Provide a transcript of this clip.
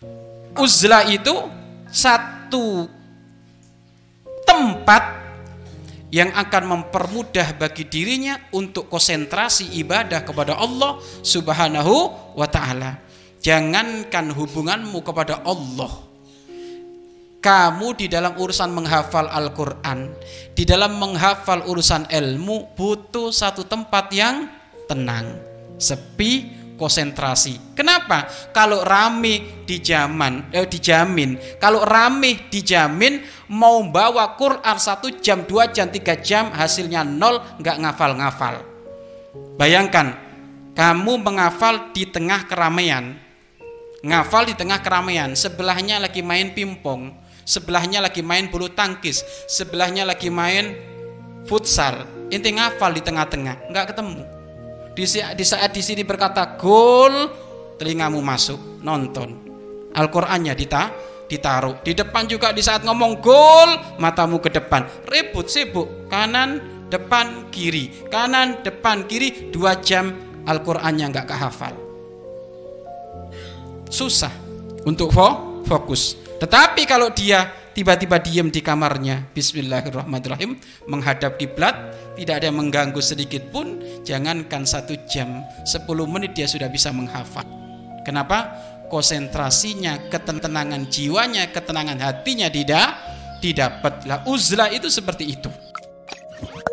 Uzlah itu satu tempat yang akan mempermudah bagi dirinya untuk konsentrasi ibadah kepada Allah Subhanahu wa ta'ala. Jangankan hubunganmu kepada Allah, kamu di dalam urusan menghafal Al-Quran, di dalam menghafal urusan ilmu, butuh satu tempat yang tenang, sepi, konsentrasi. Kenapa? Kalau rame dijamin. Kalau rame dijamin mau bawa Quran 1 jam, 2 jam, 3 jam, hasilnya 0, nggak ngafal-ngafal. Bayangkan, kamu menghafal di tengah keramaian. Ngafal di tengah keramaian, sebelahnya lagi main pingpong, sebelahnya lagi main bulu tangkis, sebelahnya lagi main futsal. Inti ngafal di tengah-tengah, nggak ketemu. Di saat di sini berkata gol, telingamu masuk nonton, Al-Qur'annya ditaruh di depan juga. Di saat ngomong gol, matamu ke depan, ribut sibuk, kanan depan kiri, kanan depan kiri, 2 jam Al-Qur'annya nggak kehafal. Susah untuk fokus. Tetapi kalau dia tiba-tiba diam di kamarnya, bismillahirrahmanirrahim, menghadap kiblat, tidak ada yang mengganggu sedikit pun, jangankan 1 jam, 10 menit dia sudah bisa menghafal. Kenapa? Konsentrasinya, ketenangan jiwanya, ketenangan hatinya didapatlah. Uzlah itu seperti itu.